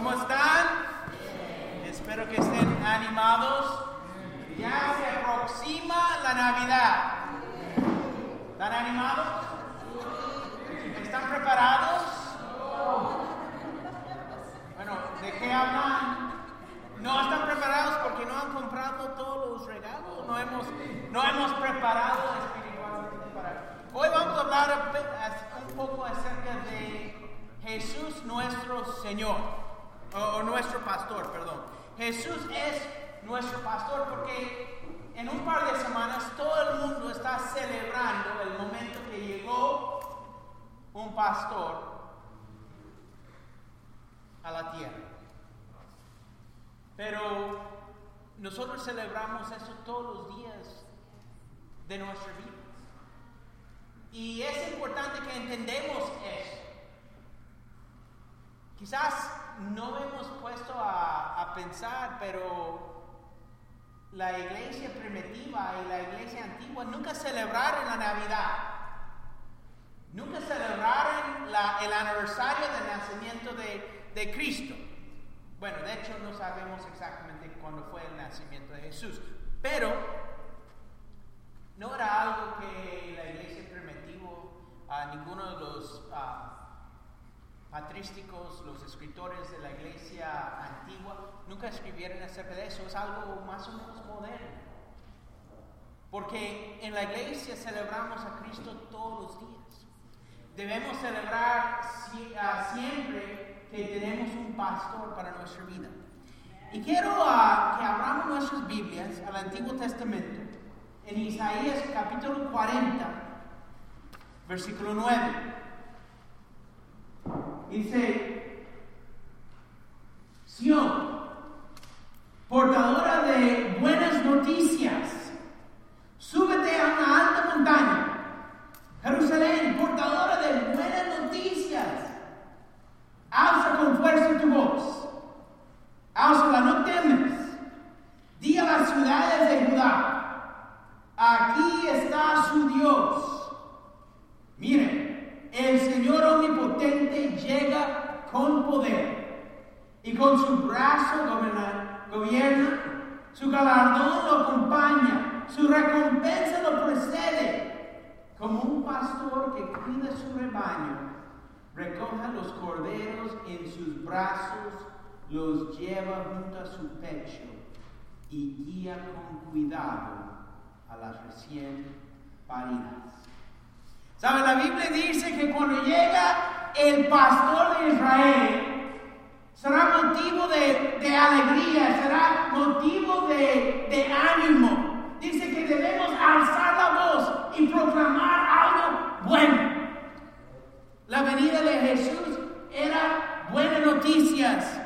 ¿Cómo están? Espero que estén animados. Ya se aproxima la Navidad. ¿Están animados? ¿Están preparados? Bueno, ¿de qué hablan? No están preparados porque no han comprado todos los regalos. No hemos preparado espiritualmente para... Hoy vamos a hablar un poco acerca de Jesús nuestro Señor, o nuestro pastor, perdón. Jesús es nuestro pastor porque en un par de semanas todo el mundo está celebrando el momento que llegó un pastor a la tierra. Pero nosotros celebramos eso todos los días de nuestra vida. Y es importante que entendamos eso. Quizás no hemos puesto a pensar, pero la iglesia primitiva y la iglesia antigua nunca celebraron la Navidad. Nunca celebraron el aniversario del nacimiento de Cristo. Bueno, de hecho no sabemos exactamente cuándo fue el nacimiento de Jesús, pero no era algo que la iglesia primitiva, ninguno de los patrísticos, los escritores de la iglesia antigua, nunca escribieron acerca de eso. Es algo más o menos moderno. Porque en la iglesia celebramos a Cristo todos los días. Debemos celebrar siempre que tenemos un pastor para nuestra vida. Y quiero que abramos nuestras Biblias al Antiguo Testamento, en Isaías capítulo 40, versículo 9. Dice: Sión, portadora de buenas noticias, súbete a una alta montaña. Jerusalén, portadora de buenas noticias, alza con fuerza tu voz, álzala, no temes. Di a las ciudades de Judá: aquí está su Dios. Miren, el Señor omnipotente llega con poder, y con su brazo gobierna, su galardón lo acompaña, su recompensa lo precede. Como un pastor que cuida su rebaño, recoge los corderos en sus brazos, los lleva junto a su pecho y guía con cuidado a las recién paridas. ¿Sabe? La Biblia dice que cuando llega el pastor de Israel, será motivo de alegría, será motivo de ánimo. Dice que debemos alzar la voz y proclamar algo bueno. La venida de Jesús era buenas noticias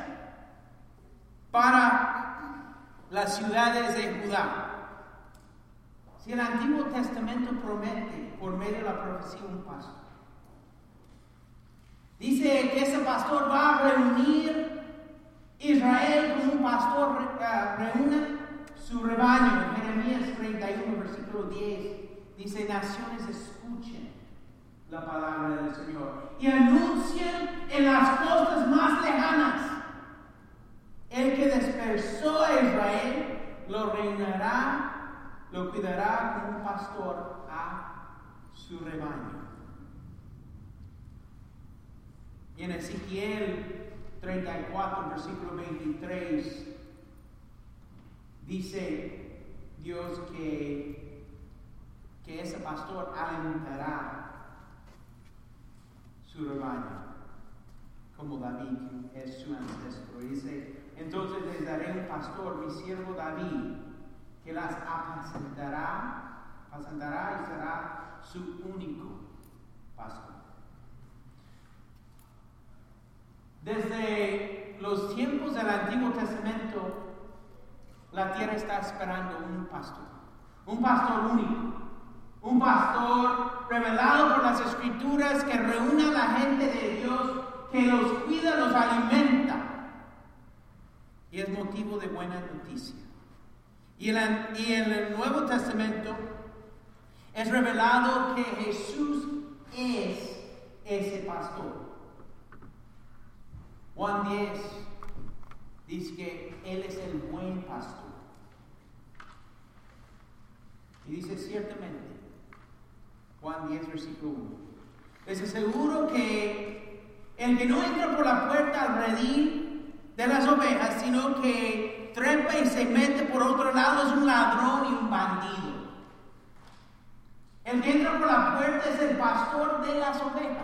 para las ciudades de Judá. Si el Antiguo Testamento promete por medio de la profecía un pastor, dice que ese pastor va a reunir Israel como un pastor reúne su rebaño. En Jeremías 31, versículo 10, dice: naciones escuchen la palabra del Señor y anuncien en las costas más lejanas. El que dispersó a Israel lo reunirá, lo cuidará como un pastor a su rebaño. Y en Ezequiel 34, versículo 23, dice Dios que ese pastor alimentará su rebaño, como David, que es su ancestro. Dice: entonces les daré un pastor, mi siervo David, que las apacentará y será su único pastor. Desde los tiempos del Antiguo Testamento, la tierra está esperando un pastor único, un pastor revelado por las Escrituras que reúne a la gente de Dios, que los cuida, los alimenta, y es motivo de buena noticia. Y en el Nuevo Testamento es revelado que Jesús es ese pastor. Juan 10, dice que Él es el buen pastor. Y dice ciertamente, Juan 10, versículo 1, les aseguro que el que no entra por la puerta al redil de las ovejas, sino que trepa y se mete por otro lado, es un ladrón y un bandido. El que entra por la puerta es el pastor de las ovejas.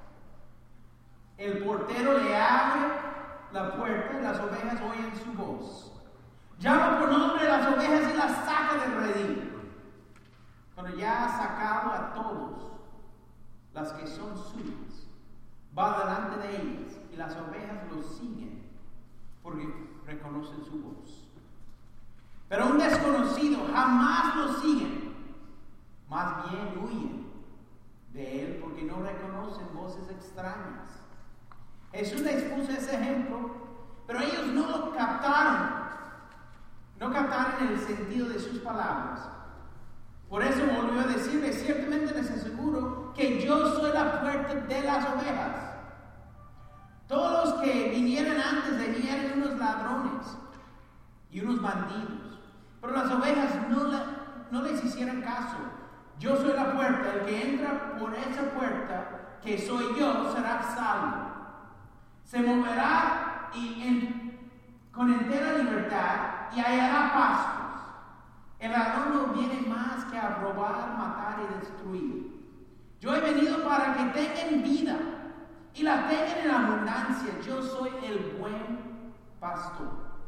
El portero le abre la puerta y las ovejas oyen su voz. Llama por nombre a las ovejas y las saca del redil. Cuando ya ha sacado a todos las que son suyas, va delante de ellas y las ovejas lo siguen porque reconocen su voz. Pero un desconocido jamás lo siguen, más bien huyen de él porque no reconocen voces extrañas. Jesús les puso ese ejemplo, pero ellos no lo captaron. No captaron el sentido de sus palabras. Por eso volvió a decirles, ciertamente les aseguro que yo soy la puerta de las ovejas. Todos los que vinieron antes de mí eran unos ladrones y unos bandidos, pero las ovejas no les hicieron caso. Yo soy la puerta, el que entra por esa puerta, que soy yo, será salvo. Se moverá con entera libertad y hallará pastos. El ladrón no viene más que a robar, matar y destruir. Yo he venido para que tengan vida y la tengan en abundancia. Yo soy el buen pastor.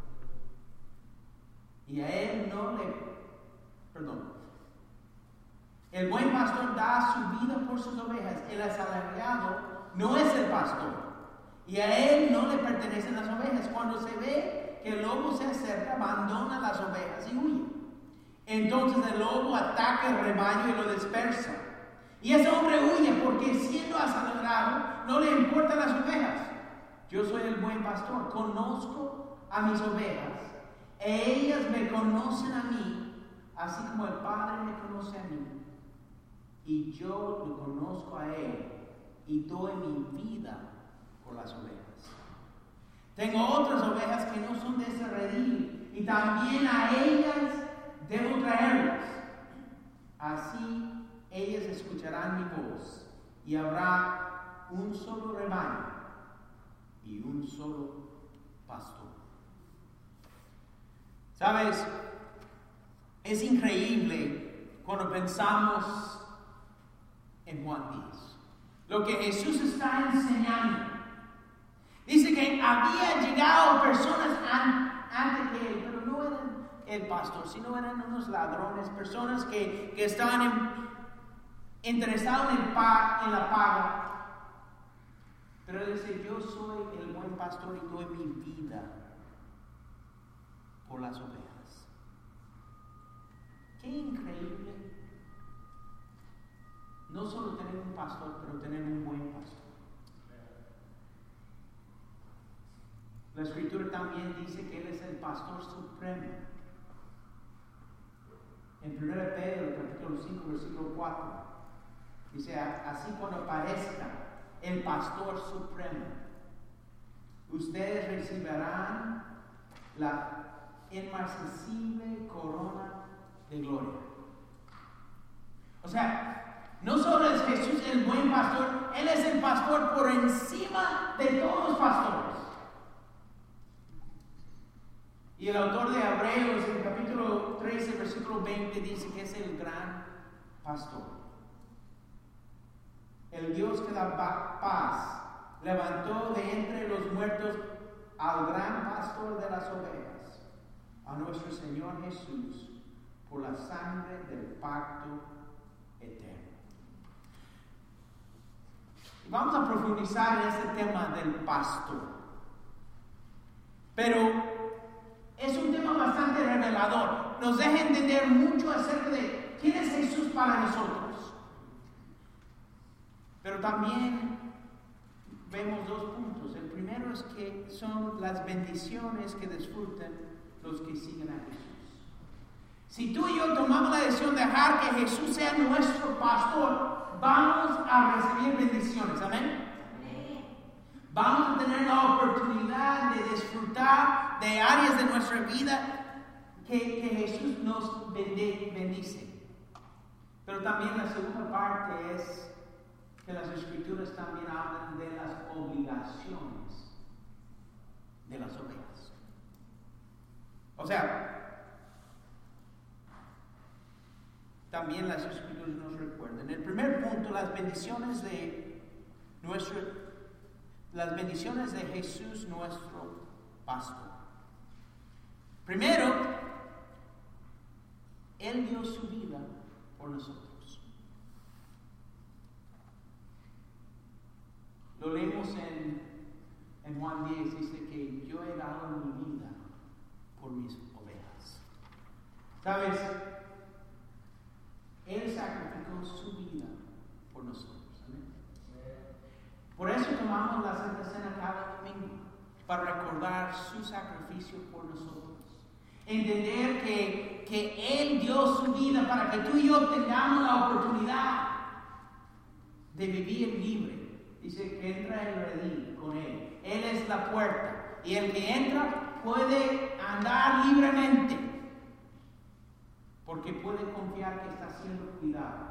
Y a él el buen pastor da su vida por sus ovejas. El asalariado no es el pastor. Y a él no le pertenecen las ovejas. Cuando se ve que el lobo se acerca, abandona las ovejas y huye. Entonces el lobo ataca el rebaño y lo dispersa. Y ese hombre huye porque siendo asalariado no le importan las ovejas. Yo soy el buen pastor, conozco a mis ovejas. Ellas me conocen a mí, así como el Padre me conoce a mí. Y yo lo conozco a él y doy mi vida por las ovejas. Tengo otras ovejas que no son de ese redil y también a ellas debo traerlas. Así ellas escucharán mi voz y habrá un solo rebaño y un solo pastor. ¿Sabes? Es increíble cuando pensamos en Juan 10. Lo que Jesús está enseñando. Dice que había llegado personas antes que él, pero no eran el pastor, sino eran unos ladrones, personas que estaban interesados en la paga. Pero él dice, yo soy el buen pastor y doy mi vida por las ovejas. Qué increíble. No solo tener un pastor, pero tener un buen pastor. La Escritura también dice que Él es el pastor supremo. En 1 Pedro, capítulo 5, versículo 4, dice, así cuando parezca el pastor supremo, ustedes recibirán la inmarcesible corona de gloria. O sea, no solo es Jesús el buen pastor, Él es el pastor por encima de todos los pastores. Y el autor de Hebreos, en el capítulo 13, versículo 20, dice que es el gran pastor. El Dios que da paz levantó de entre los muertos al gran pastor de las ovejas, a nuestro Señor Jesús, por la sangre del pacto eterno. Y vamos a profundizar en este tema del pastor. Pero es un tema bastante revelador. Nos deja entender mucho acerca de quién es Jesús para nosotros. Pero también vemos dos puntos. El primero es que son las bendiciones que disfrutan los que siguen a Jesús. Si tú y yo tomamos la decisión de dejar que Jesús sea nuestro pastor, vamos a recibir bendiciones. Amén. Vamos a tener la oportunidad de disfrutar de áreas de nuestra vida que Jesús nos bendice. Pero también la segunda parte es que las Escrituras también hablan de las obligaciones de las ovejas. O sea, también las Escrituras nos recuerdan. El primer punto, las bendiciones de Jesús, nuestro pastor. Primero, Él dio su vida por nosotros. Lo leemos en Juan 10, dice que yo he dado mi vida por mis ovejas. ¿Sabes? Él sacrificó su vida por nosotros. ¿Amén? Por eso tomamos la Santa Cena cada domingo, para recordar su sacrificio por nosotros. Entender que Él dio su vida para que tú y yo tengamos la oportunidad de vivir libre. Dice que entra el redil con Él. Él es la puerta. Y el que entra puede andar libremente. Porque puede confiar que está siendo cuidado.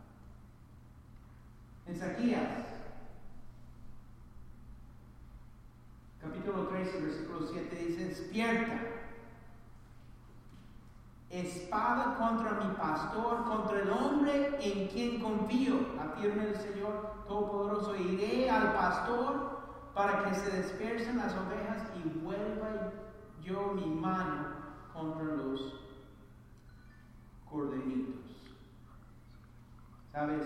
En Zacarías, capítulo 13, versículo 7, dice: despierta, espada contra mi pastor, contra el hombre en quien confío, afirma el Señor Todopoderoso. Iré al pastor para que se dispersen las ovejas y vuelva yo mi mano contra los corderitos. ¿Sabes?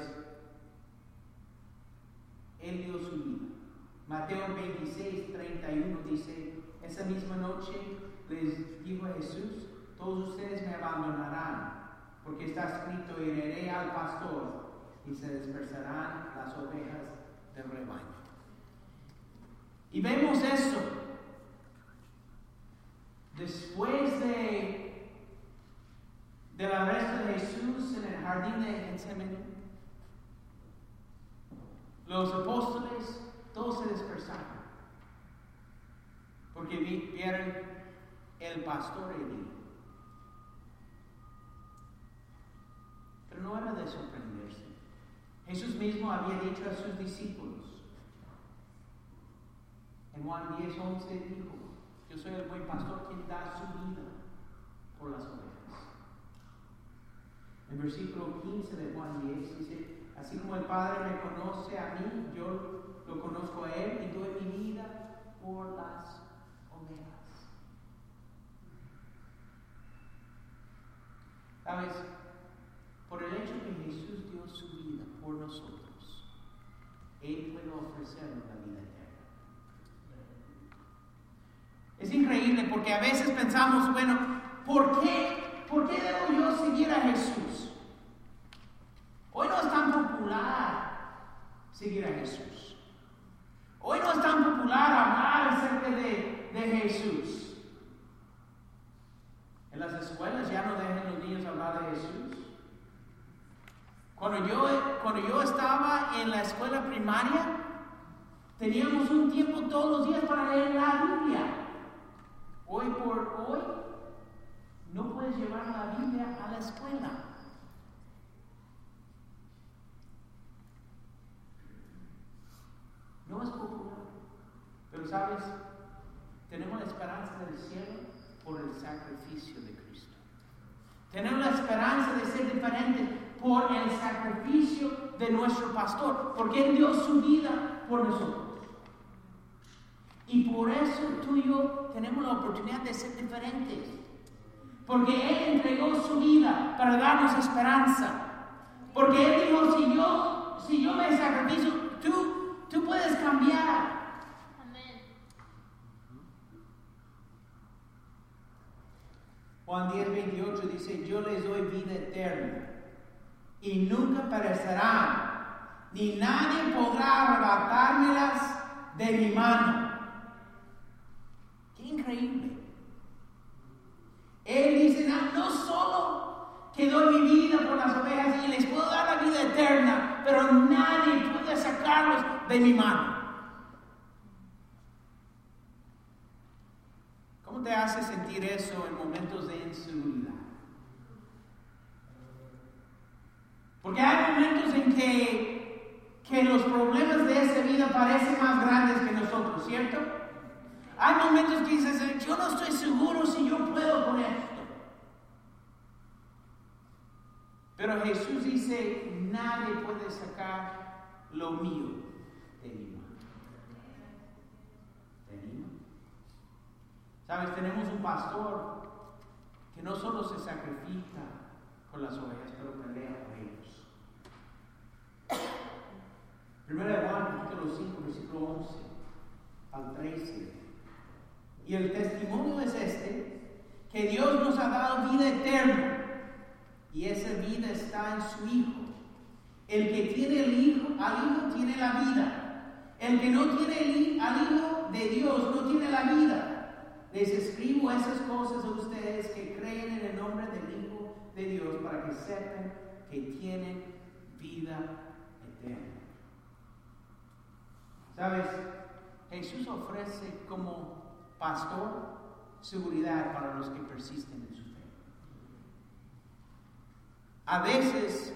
Él dio su vida. Mateo 26, 31 dice: esa misma noche les dijo a Jesús: todos ustedes me abandonarán, porque está escrito: iré al pastor y se dispersarán las ovejas del rebaño. Y vemos eso después del arresto de Jesús en el jardín de Getsemaní. Los apóstoles todos se dispersaron porque vieron el pastor herido. Pero no era de sorprenderse. Jesús mismo había dicho a sus discípulos en Juan 10, 11 dijo: yo soy el buen pastor quien da su vida por las ovejas. En versículo 15 de Juan 10 dice: así como el Padre me conoce a mí, yo lo conozco a Él y doy mi vida por las ovejas. ¿Sabes? Por el hecho que Jesús dio su vida por nosotros, Él puede ofrecernos la vida eterna. Es increíble porque a veces pensamos, bueno, ¿por qué debo yo seguir a Jesús? Hoy no es tan popular seguir a Jesús. Hoy no es tan popular hablar acerca de Jesús. En las escuelas ya no dejan los niños hablar de Jesús. Cuando yo estaba en la escuela primaria, teníamos un tiempo todos los días para leer la Biblia. Hoy por hoy, no puedes llevar la Biblia a la escuela. No es popular. Pero sabes, tenemos la esperanza del cielo por el sacrificio de Cristo. Tenemos la esperanza de ser diferentes por el sacrificio de nuestro pastor, porque Él dio su vida por nosotros. Y por eso tú y yo tenemos la oportunidad de ser diferentes. Porque Él entregó su vida para darnos esperanza. Porque Él dijo: si yo me sacrificio, tú puedes cambiar. Amén. Juan 10:28 dice: yo les doy vida eterna y nunca perecerán, ni nadie podrá arrebatármelas de mi mano. ¡Qué increíble! Él dice: no solo que doy mi vida por las ovejas y les puedo dar la vida eterna, pero nadie puede sacarlos de mi mano. ¿Cómo te hace sentir eso en momentos de inseguridad? Porque hay momentos en que los problemas de esta vida parecen más grandes que nosotros, ¿cierto? Hay momentos que dices, yo no estoy seguro si yo puedo con esto. Pero Jesús dice, nadie puede sacar lo mío de mi mano. ¿De mi mano? ¿Sabes? Tenemos un pastor que no solo se sacrifica por las ovejas, pero pelea por ellos. Primera de Juan, capítulo 5, versículo 11 al 13. Y el testimonio es que Dios nos ha dado vida eterna, y esa vida está en su Hijo. El que tiene al Hijo tiene la vida. El que no tiene al Hijo de Dios no tiene la vida. Les escribo esas cosas a ustedes que creen en el nombre del Hijo de Dios, para que sepan que tienen vida eterna. ¿Sabes? Jesús ofrece como pastor seguridad para los que persisten en su fe. A veces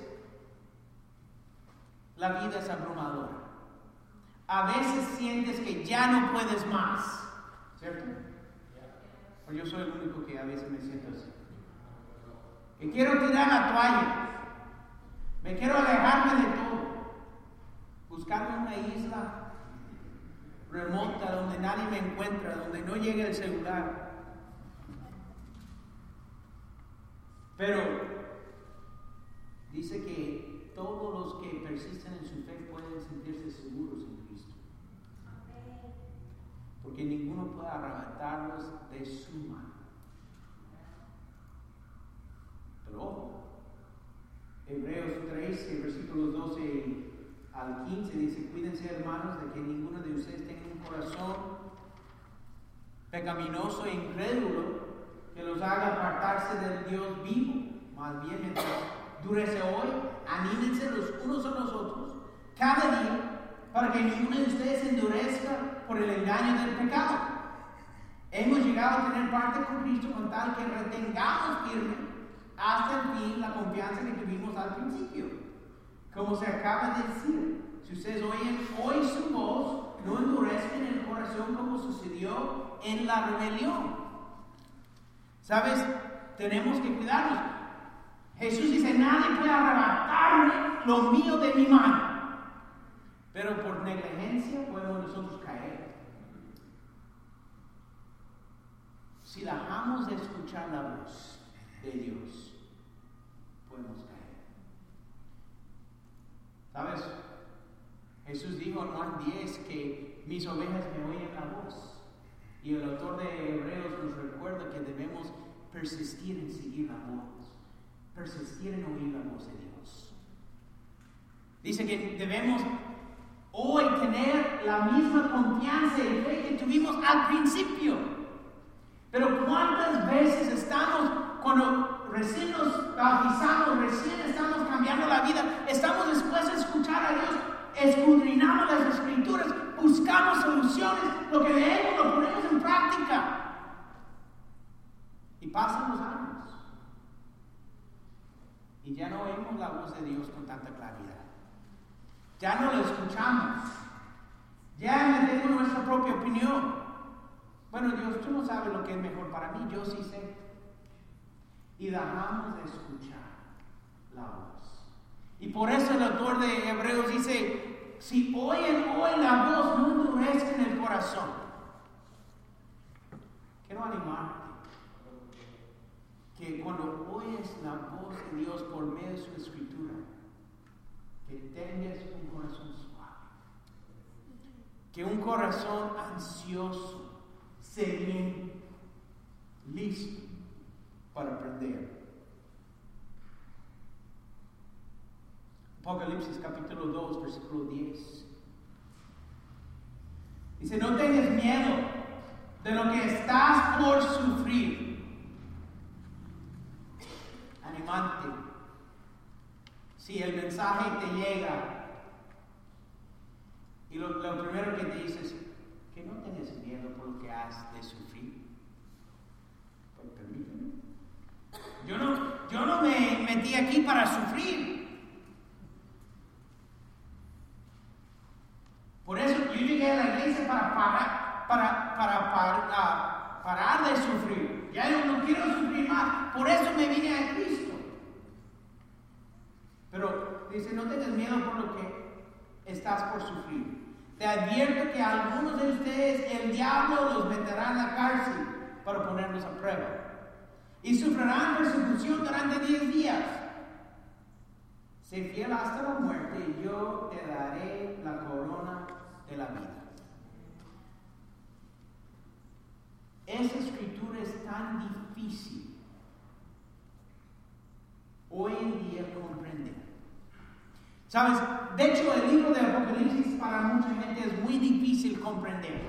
la vida es abrumadora. A veces sientes que ya no puedes más, ¿cierto? O yo soy el único que a veces me siento así. Que quiero tirar la toalla. Me quiero alejarme de todo. Buscarme una isla remota donde nadie me encuentra, donde no llegue el celular. Pero dice que todos los que persisten en su fe pueden sentirse seguros en Cristo, porque ninguno puede arrebatarlos de su mano. Pero ojo, Hebreos 13, versículos 12 al 15 dice: cuídense, hermanos, de que ninguno de ustedes tenga un corazón pecaminoso e incrédulo que los haga apartarse del Dios vivo. Más bien, mientras durece hoy, anímense los unos a los otros cada día, para que ninguno de ustedes se endurezca por el engaño del pecado. Hemos llegado a tener parte con Cristo, con tal que retengamos firme hasta el fin la confianza que tuvimos al principio. Como se acaba de decir, si ustedes oyen hoy su voz, no endurezcan el corazón como sucedió en la rebelión. ¿Sabes? Tenemos que cuidarnos. Jesús dice, nadie puede arrebatarme lo mío de mi mano. Pero por negligencia podemos nosotros caer. Si dejamos de escuchar la voz de Dios, podemos caer. ¿Sabes? Jesús dijo en Juan 10 que mis ovejas me oyen la voz. Y el autor de Hebreos nos recuerda que debemos persistir en seguir la voz, persistir en oír la voz de Dios. Dice que debemos hoy tener la misma confianza y fe que tuvimos al principio. Pero ¿cuántas veces estamos, cuando recién nos bautizamos, recién estamos cambiando la vida, estamos dispuestos a escuchar a Dios, escudriñamos las Escrituras, buscamos soluciones, lo que leemos lo ponemos en práctica? Y pasan los años y ya no oímos la voz de Dios con tanta claridad. Ya no lo escuchamos. Ya tenemos nuestra propia opinión. Bueno, Dios, tú no sabes lo que es mejor para mí, yo sí sé. Y dejamos de escuchar la voz. Y por eso el autor de Hebreos dice, si oyen hoy la voz, no endurezcan el corazón. Quiero animarte que cuando oyes la voz de Dios por medio de su Escritura, que tengas un corazón suave, que un corazón ansioso sediento, listo para aprender. Apocalipsis capítulo 2, versículo 10. Dice, no tengas miedo de lo que estás por sufrir. Animante. Si el mensaje te llega y lo primero que te dice es que no tengas miedo por lo que has de sufrir. llegué a la iglesia para parar de sufrir. Ya yo no quiero sufrir más. Por eso me vine a Cristo. Pero dice, no tengas miedo por lo que estás por sufrir. Te advierto que a algunos de ustedes el diablo los meterá en la cárcel para ponerlos a prueba. Y sufrirán persecución durante 10 días. Sé fiel hasta la muerte y yo te daré la corona de la vida. Esa escritura es tan difícil hoy en día comprender. ¿Sabes? De hecho, el libro de Apocalipsis para mucha gente es muy difícil comprender.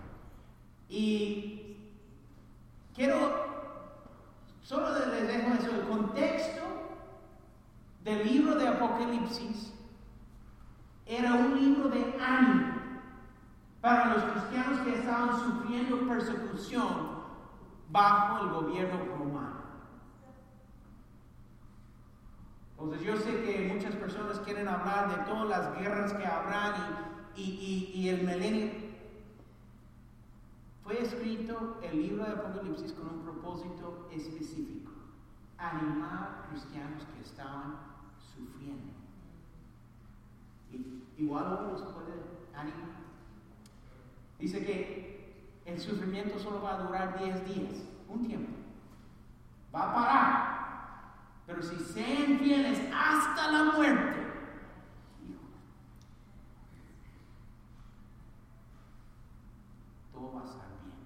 Y solo les dejo eso, el contexto del libro de Apocalipsis era un libro de ánimo para los cristianos que estaban sufriendo persecución bajo el gobierno romano. Entonces yo sé que muchas personas quieren hablar de todas las guerras que habrán y el milenio. Fue escrito el libro de Apocalipsis con un propósito específico: animar a cristianos que estaban sufriendo. Y igual uno los puede animar. Dice que el sufrimiento solo va a durar 10 días, un tiempo. Va a parar. Pero si sean fieles hasta la muerte, todo va a estar bien.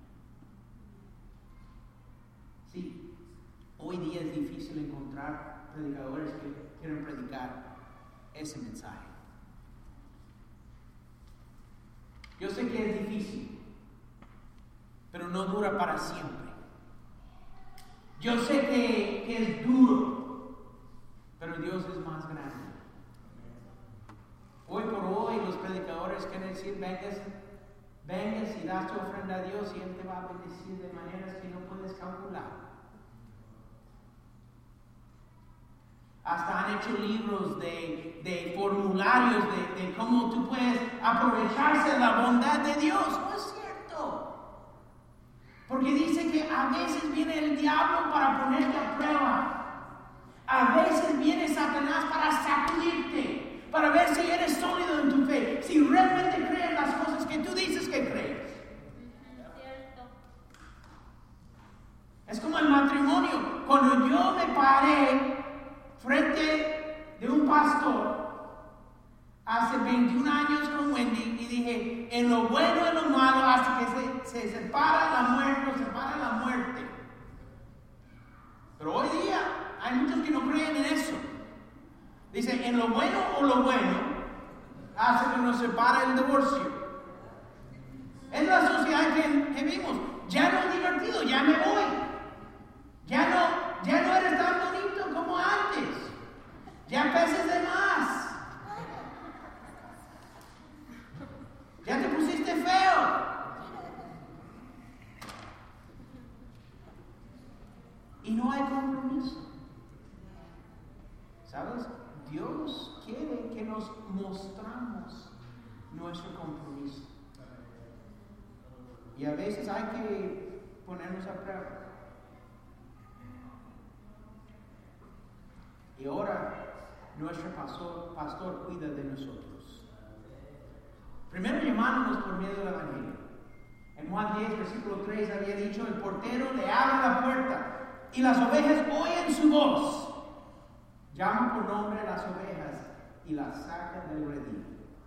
Sí, hoy día es difícil encontrar predicadores que quieren predicar ese mensaje. Yo sé que es difícil, pero no dura para siempre. Yo sé que es duro, pero Dios es más grande. Hoy por hoy los predicadores quieren decir, vengas y das tu ofrenda a Dios y Él te va a bendecir de maneras que no puedes calcular. Hasta han hecho libros de formularios de cómo tú puedes aprovecharse de la bondad de Dios. No es cierto. Porque dice que a veces viene el diablo para ponerte a prueba. A veces viene Satanás para sacudirte, para ver si eres sólido en tu fe, si realmente crees las cosas que tú dices que crees. Es como el matrimonio. Cuando yo me paré frente de un pastor hace 21 años con Wendy y dije, en lo bueno y en lo malo, hasta que se separa la muerte, nos separa la muerte. Pero hoy día hay muchos que no creen en eso. Dice, en lo bueno o lo bueno, hace que nos separe el divorcio. Es la sociedad que vimos. Ya no es divertido, ya me voy. Ya no eres tan bonito como antes. Ya pesas de más. Ya te pusiste feo. Y no hay compromiso. ¿Sabes? Dios quiere que nos mostramos nuestro compromiso. Y a veces hay que ponernos a prueba. Y ahora nuestro pastor cuida de nosotros. Primero llamándonos por medio del Evangelio. En Juan 10, versículo 3 había dicho, el portero le abre la puerta y las ovejas oyen su voz. Llama por nombre a las ovejas y las saca del redil.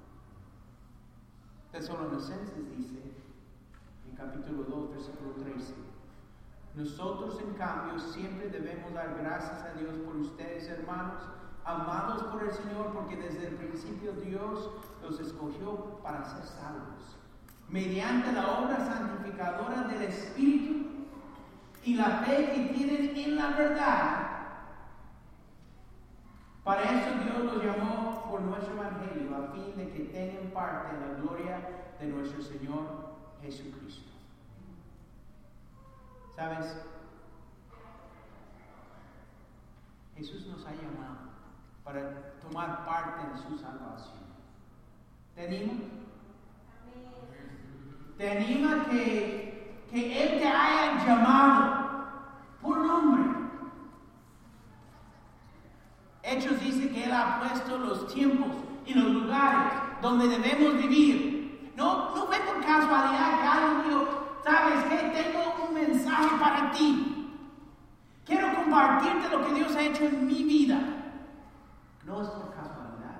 Tesalonicenses dice, en capítulo 2, versículo 13, nosotros en cambio siempre debemos dar gracias a Dios por ustedes, hermanos, amados por el Señor, porque desde el principio Dios los escogió para ser salvos, mediante la obra santificadora del Espíritu y la fe que tienen en la verdad. Para eso Dios los llamó por nuestro Evangelio, a fin de que tengan parte en la gloria de nuestro Señor Jesucristo. ¿Sabes? Jesús nos ha llamado para tomar parte en su salvación. ¿Te animo? te anima que Él te haya llamado por nombre. Hechos dice que Él ha puesto los tiempos y los lugares donde debemos vivir. No fue por casualidad que alguien dijo, ¿sabes qué? Tengo un mensaje para ti. Quiero compartirte lo que Dios ha hecho en mi vida. No es por casualidad.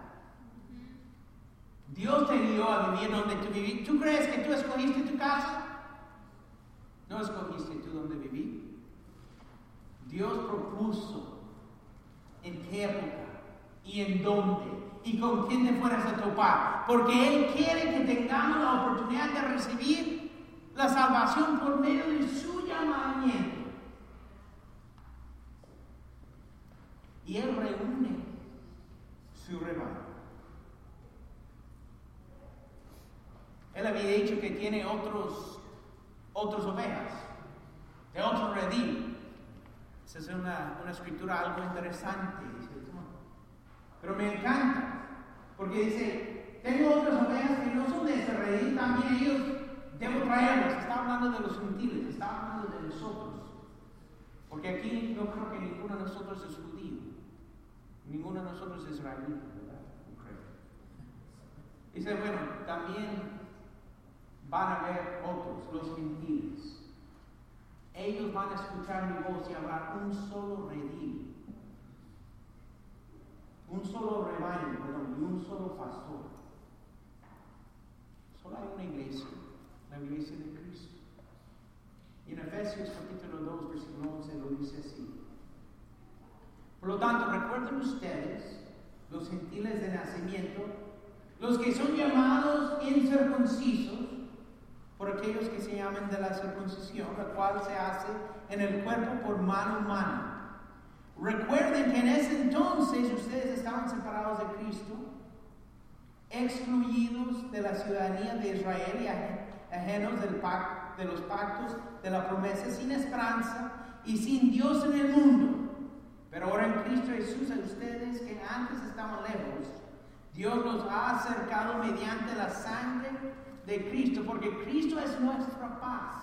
Dios te dio a vivir donde tú vivís. ¿Tú crees que tú escogiste tu casa? No escogiste tú donde vivir. Dios propuso en qué época y en dónde y con quién te fueras a topar, porque Él quiere que tengamos la oportunidad de recibir la salvación por medio de su llamamiento. Y Él reúne su rebaño. Él había dicho que tiene otras ovejas, de otro redil. Esa es una escritura algo interesante. Pero me encanta, porque dice, tengo otras ovejas que no son de ese redil, también ellos debo traerlas. Está hablando de los gentiles, está hablando de nosotros. Porque aquí no creo que ninguno de nosotros es judío, ninguno de nosotros es israelita, ¿verdad? No creo. Dice, bueno, también van a haber otros, los gentiles. Ellos van a escuchar mi voz y habrá un solo redil. Un solo rebaño, y un solo pastor. Solo hay una iglesia, la iglesia de Cristo. Y en Efesios capítulo 2, versículo 11 lo dice así. Por lo tanto, recuerden ustedes, los gentiles de nacimiento, los que son llamados incircuncisos, por aquellos que se llaman de la circuncisión, la cual se hace en el cuerpo por mano humana. Recuerden que en ese entonces ustedes estaban separados de Cristo, excluidos de la ciudadanía de Israel y ajenos de los pactos de la promesa, sin esperanza y sin Dios en el mundo. Pero ahora en Cristo Jesús, a ustedes que antes estaban lejos, Dios los ha acercado mediante la sangre de Cristo, porque Cristo es nuestra paz.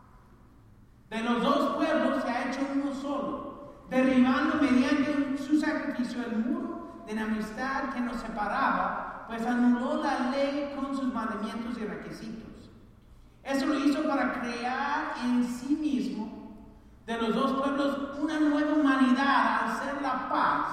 De los dos pueblos se ha hecho uno solo, derribando mediante su sacrificio el muro de enemistad que nos separaba, pues anuló la ley con sus mandamientos y requisitos. Eso lo hizo para crear en sí mismo de los dos pueblos una nueva humanidad, al ser la paz,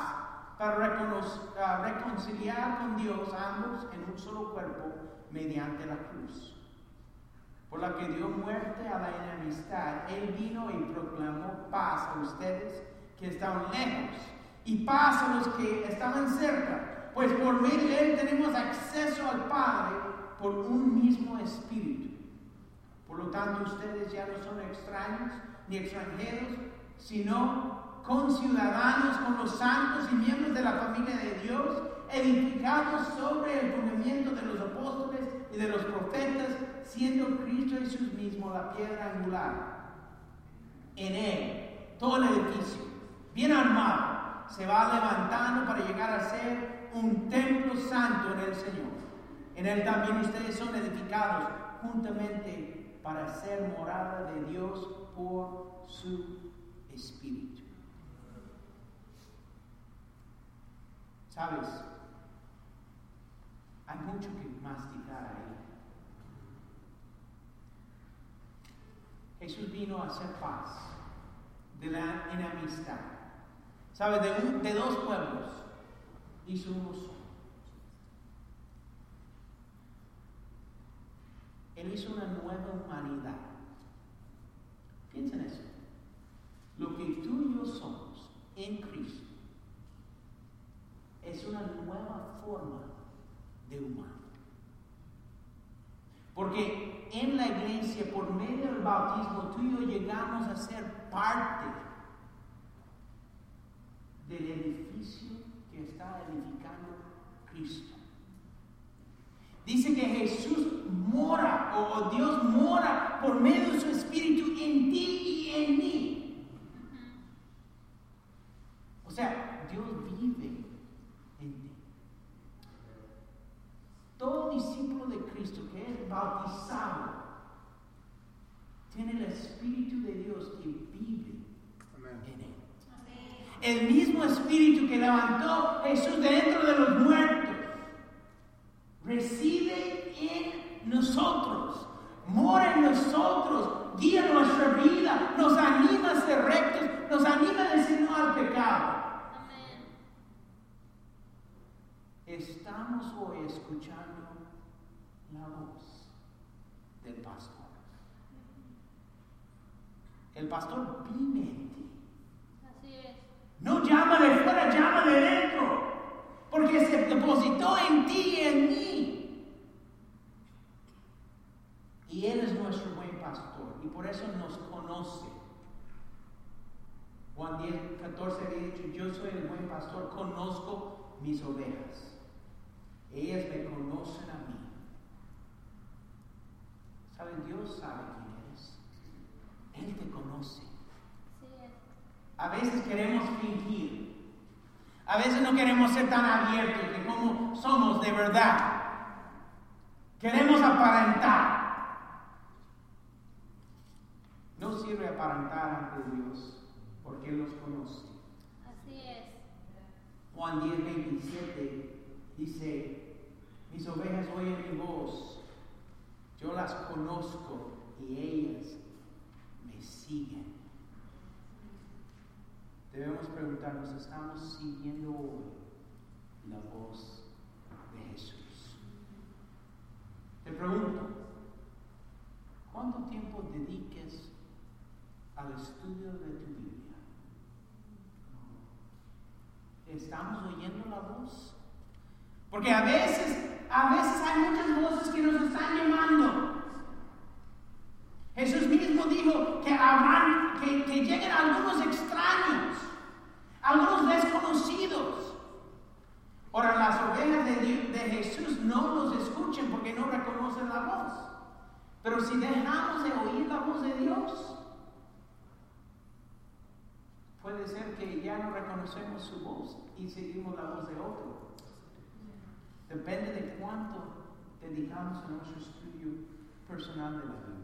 para reconciliar con Dios ambos en un solo cuerpo mediante la cruz. Por la que dio muerte a la enemistad, Él vino y proclamó paz a ustedes que estaban lejos y paz a los que estaban cerca, pues por medio de Él tenemos acceso al Padre por un mismo Espíritu. Por lo tanto, ustedes ya no son extraños ni extranjeros, sino conciudadanos con los santos y miembros de la familia de Dios, edificados sobre el fundamento de los apóstoles y de los profetas, siendo Cristo Jesús mismo la piedra angular. En Él, todo el edificio, bien armado, se va levantando para llegar a ser un templo santo en el Señor. En Él también ustedes son edificados juntamente para ser morada de Dios por su Espíritu. ¿Sabes? Hay mucho que masticar ahí. Jesús vino a hacer paz de la enemistad. ¿Sabes? De dos pueblos hizo uno solo. Él hizo una nueva humanidad. Piensa en eso. Lo que tú y yo somos en Cristo es una nueva forma de humano. Porque en la iglesia, por medio del bautismo, tú y yo llegamos a ser parte del edificio que está edificando Cristo. Dice que Jesús mora, o Dios mora por medio de su Espíritu en ti y en mí. O sea, Dios vive en ti. Todo discípulo de Cristo que es bautizado tiene el Espíritu de Dios que vive Amén. en él. El mismo Espíritu que levantó Jesús dentro de los muertos reside en nosotros, mora en nosotros, guía nuestra vida, nos anima a ser rectos, nos anima a decir no al pecado. Amén. Estamos hoy escuchando la voz del pastor. El pastor vive en ti. Así es. No llama de fuera, llama de dentro. Porque se depositó en ti y en mí. Y Él es nuestro buen pastor. Y por eso nos conoce. Juan 10:14 había dicho, yo soy el buen pastor, conozco mis ovejas. Ellas me conocen a mí. ¿Saben? Dios sabe quién eres. Él te conoce. Así es. A veces queremos fingir. A veces no queremos ser tan abiertos de cómo somos de verdad. Queremos aparentar. No sirve aparentar ante Dios porque Él los conoce. Así es. Juan 10:27 dice, mis ovejas oyen mi voz, yo las conozco y ellas me siguen. Debemos preguntarnos, ¿estamos siguiendo hoy la voz de Jesús? Te pregunto, ¿cuánto tiempo dediques al estudio de tu Biblia? ¿Estamos oyendo la voz? Porque a veces hay muchas voces que nos están llamando. Jesús mismo dijo que lleguen algunos extraños, algunos desconocidos. Ahora, las ovejas de Jesús no los escuchan porque no reconocen la voz. Pero si dejamos de oír la voz de Dios, puede ser que ya no reconocemos su voz y seguimos la voz de otro. Depende de cuánto dedicamos a nuestro estudio personal de la Biblia.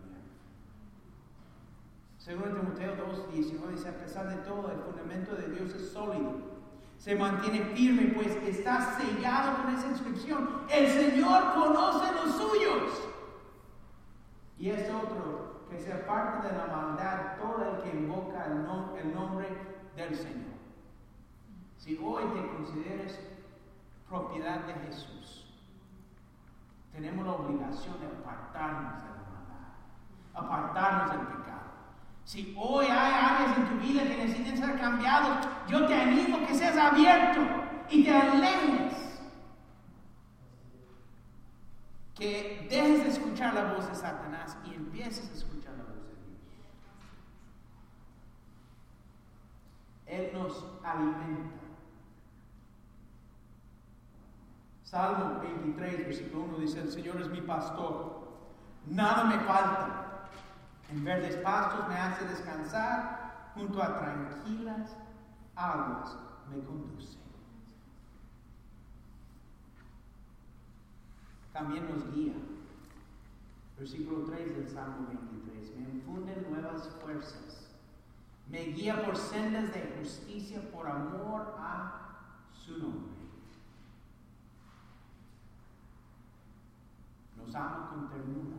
Según Timoteo 2:19 dice, a pesar de todo, el fundamento de Dios es sólido. Se mantiene firme, pues está sellado con esa inscripción. El Señor conoce los suyos. Y es otro, que se aparte de la maldad todo el que invoca el nombre del Señor. Si hoy te consideres propiedad de Jesús, tenemos la obligación de apartarnos de la maldad, apartarnos del pecado. Si hoy hay áreas en tu vida que necesiten ser cambiados, yo te animo a que seas abierto y te alejes. Que dejes de escuchar la voz de Satanás y empieces a escuchar la voz de Dios. Él nos alimenta. Salmo 23, versículo 1 dice, el Señor es mi pastor, nada me falta. En verdes pastos me hace descansar, junto a tranquilas aguas me conduce. También nos guía. Versículo 3 del Salmo 23. Me infunde nuevas fuerzas. Me guía por sendas de justicia por amor a su nombre. Nos ama con ternura.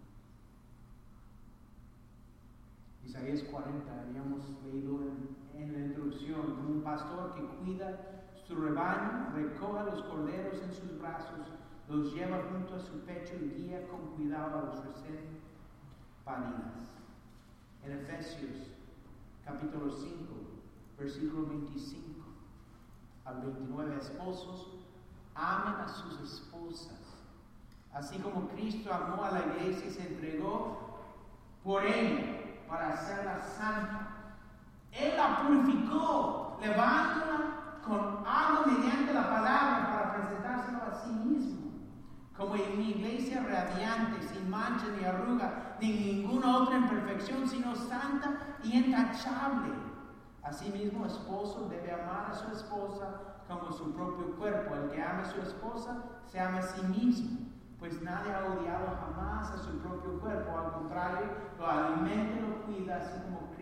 Isaías 40, habíamos leído en la introducción, como un pastor que cuida su rebaño, recoge a los corderos en sus brazos, los lleva junto a su pecho y guía con cuidado a los recién paridas. En Efesios capítulo 5, versículo 25 al 29, esposos, amen a sus esposas, así como Cristo amó a la iglesia y se entregó por ella, para hacerla santa. Él la purificó, levándola con agua mediante la palabra para presentársela a sí mismo, como en una iglesia radiante, sin mancha ni arruga, ni ninguna otra imperfección, sino santa y intachable. Asimismo, el esposo debe amar a su esposa como su propio cuerpo. El que ama a su esposa se ama a sí mismo, pues nadie ha odiado jamás a su propio cuerpo, al contrario, lo alimenta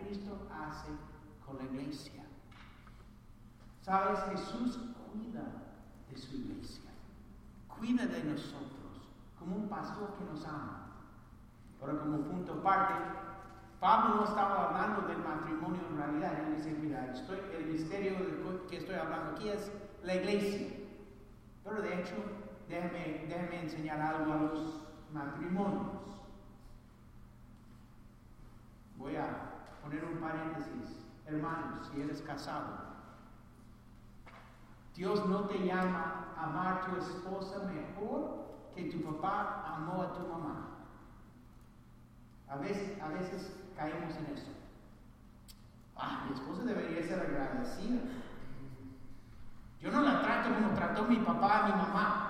Cristo hace con la iglesia. ¿Sabes? Jesús cuida de su iglesia. Cuida de nosotros como un pastor que nos ama. Pero como punto aparte, Pablo no estaba hablando del matrimonio en realidad. Él dice, mira, el misterio que estoy hablando aquí es la iglesia. Pero de hecho, déjame enseñar algo a los matrimonios. Voy a poner un paréntesis. Hermanos, si eres casado, Dios no te llama a amar a tu esposa mejor que tu papá amó a tu mamá. A veces caemos en eso. Mi esposa debería ser agradecida. Yo no la trato como trató mi papá a mi mamá.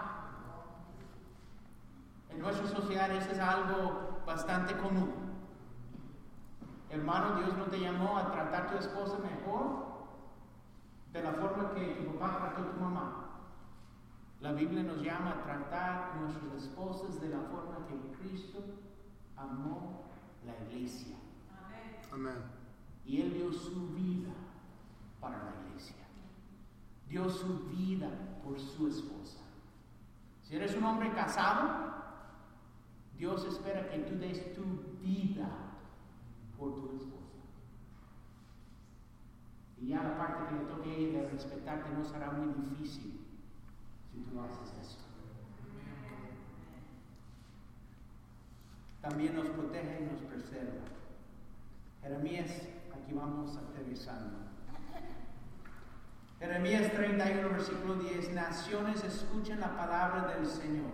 En nuestra sociedad eso es algo bastante común. Hermano, Dios no te llamó a tratar a tu esposa mejor de la forma que tu papá trató a tu mamá. La Biblia nos llama a tratar a nuestras esposas de la forma que Cristo amó la iglesia. Amén. Y Él dio su vida para la iglesia. Dio su vida por su esposa. Si eres un hombre casado, Dios espera que tú des tu vida por tu esposa. Y ya la parte que le toque a ella de respetarte no será muy difícil si tú haces eso. También nos protege y nos preserva. Jeremías, aquí vamos aterrizando. Jeremías 31, versículo 10. Naciones escuchen la palabra del Señor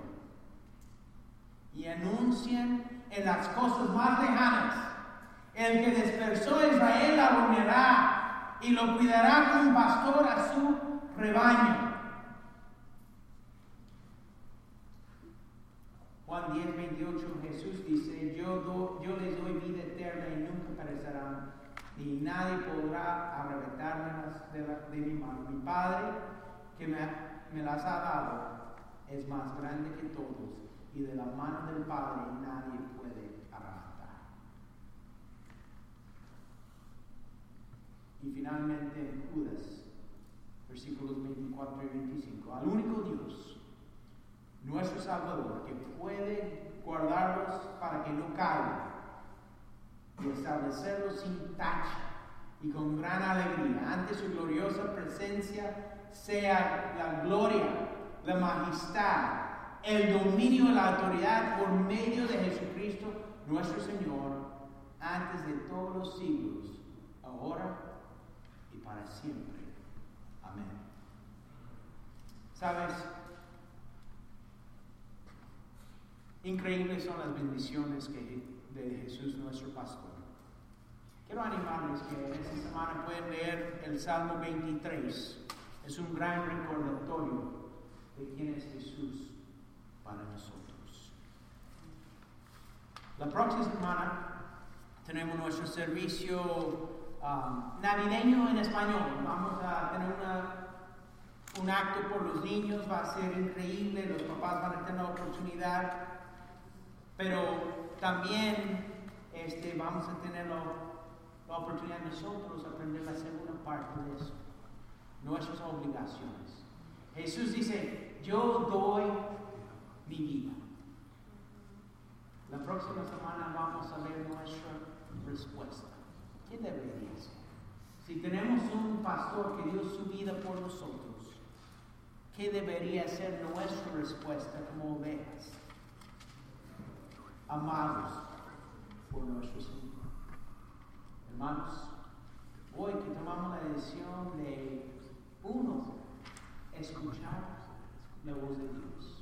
y anuncien en las cosas más lejanas. El que dispersó a Israel la reunirá y lo cuidará como un pastor a su rebaño. Juan 10, 28, Jesús dice, yo les doy vida eterna y nunca perecerán, ni nadie podrá arrebatármelas de mi mano. Mi Padre, que me las ha dado, es más grande que todos, y de la mano del Padre nadie puede arrebatar. Y finalmente en Judas, versículos 24 y 25, al único Dios, nuestro Salvador, que puede guardarlos para que no caigan y establecerlos sin tacha y con gran alegría ante su gloriosa presencia, sea la gloria, la majestad, el dominio y la autoridad por medio de Jesucristo nuestro Señor, antes de todos los siglos, ahora y para siempre. Amén. ¿Sabes? Increíbles son las bendiciones de Jesús nuestro pastor. Quiero animarles que esta semana pueden leer el Salmo 23. Es un gran recordatorio de quién es Jesús para nosotros. La próxima semana tenemos nuestro servicio navideño en español. Vamos a tener un acto por los niños, va a ser increíble, los papás van a tener la oportunidad. Pero también vamos a tener la oportunidad nosotros de aprender la segunda parte de eso, nuestras obligaciones. Jesús dice, yo doy mi vida. La próxima semana vamos a ver nuestra respuesta. ¿Qué debería ser? Si tenemos un pastor que dio su vida por nosotros, ¿qué debería ser nuestra respuesta como ovejas? Amados por nuestro Señor. Hermanos, hoy que tomamos la decisión de, uno, escuchar la voz de Dios.